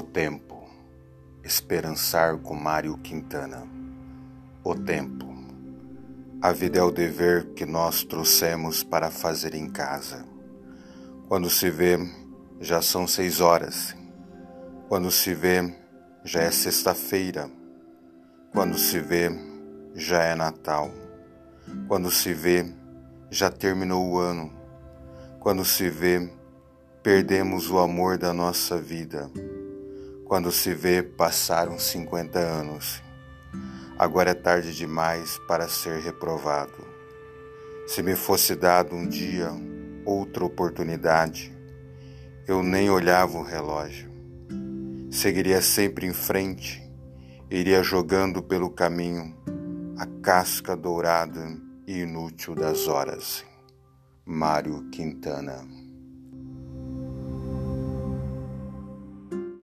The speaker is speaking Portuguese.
tempo. Esperançar com Mário Quintana. O tempo. A vida é o dever que nós trouxemos para fazer em casa. Quando se vê, já são 6 horas. Quando se vê, já é sexta-feira. Quando se vê, já é Natal. Quando se vê, já terminou o ano. Quando se vê, perdemos o amor da nossa vida. Quando se vê, passaram 50 anos. Agora é tarde demais para ser reprovado. Se me fosse dado um dia outra oportunidade, eu nem olhava o relógio. Seguiria sempre em frente, iria jogando pelo caminho a casca dourada e inútil das horas. Mário Quintana.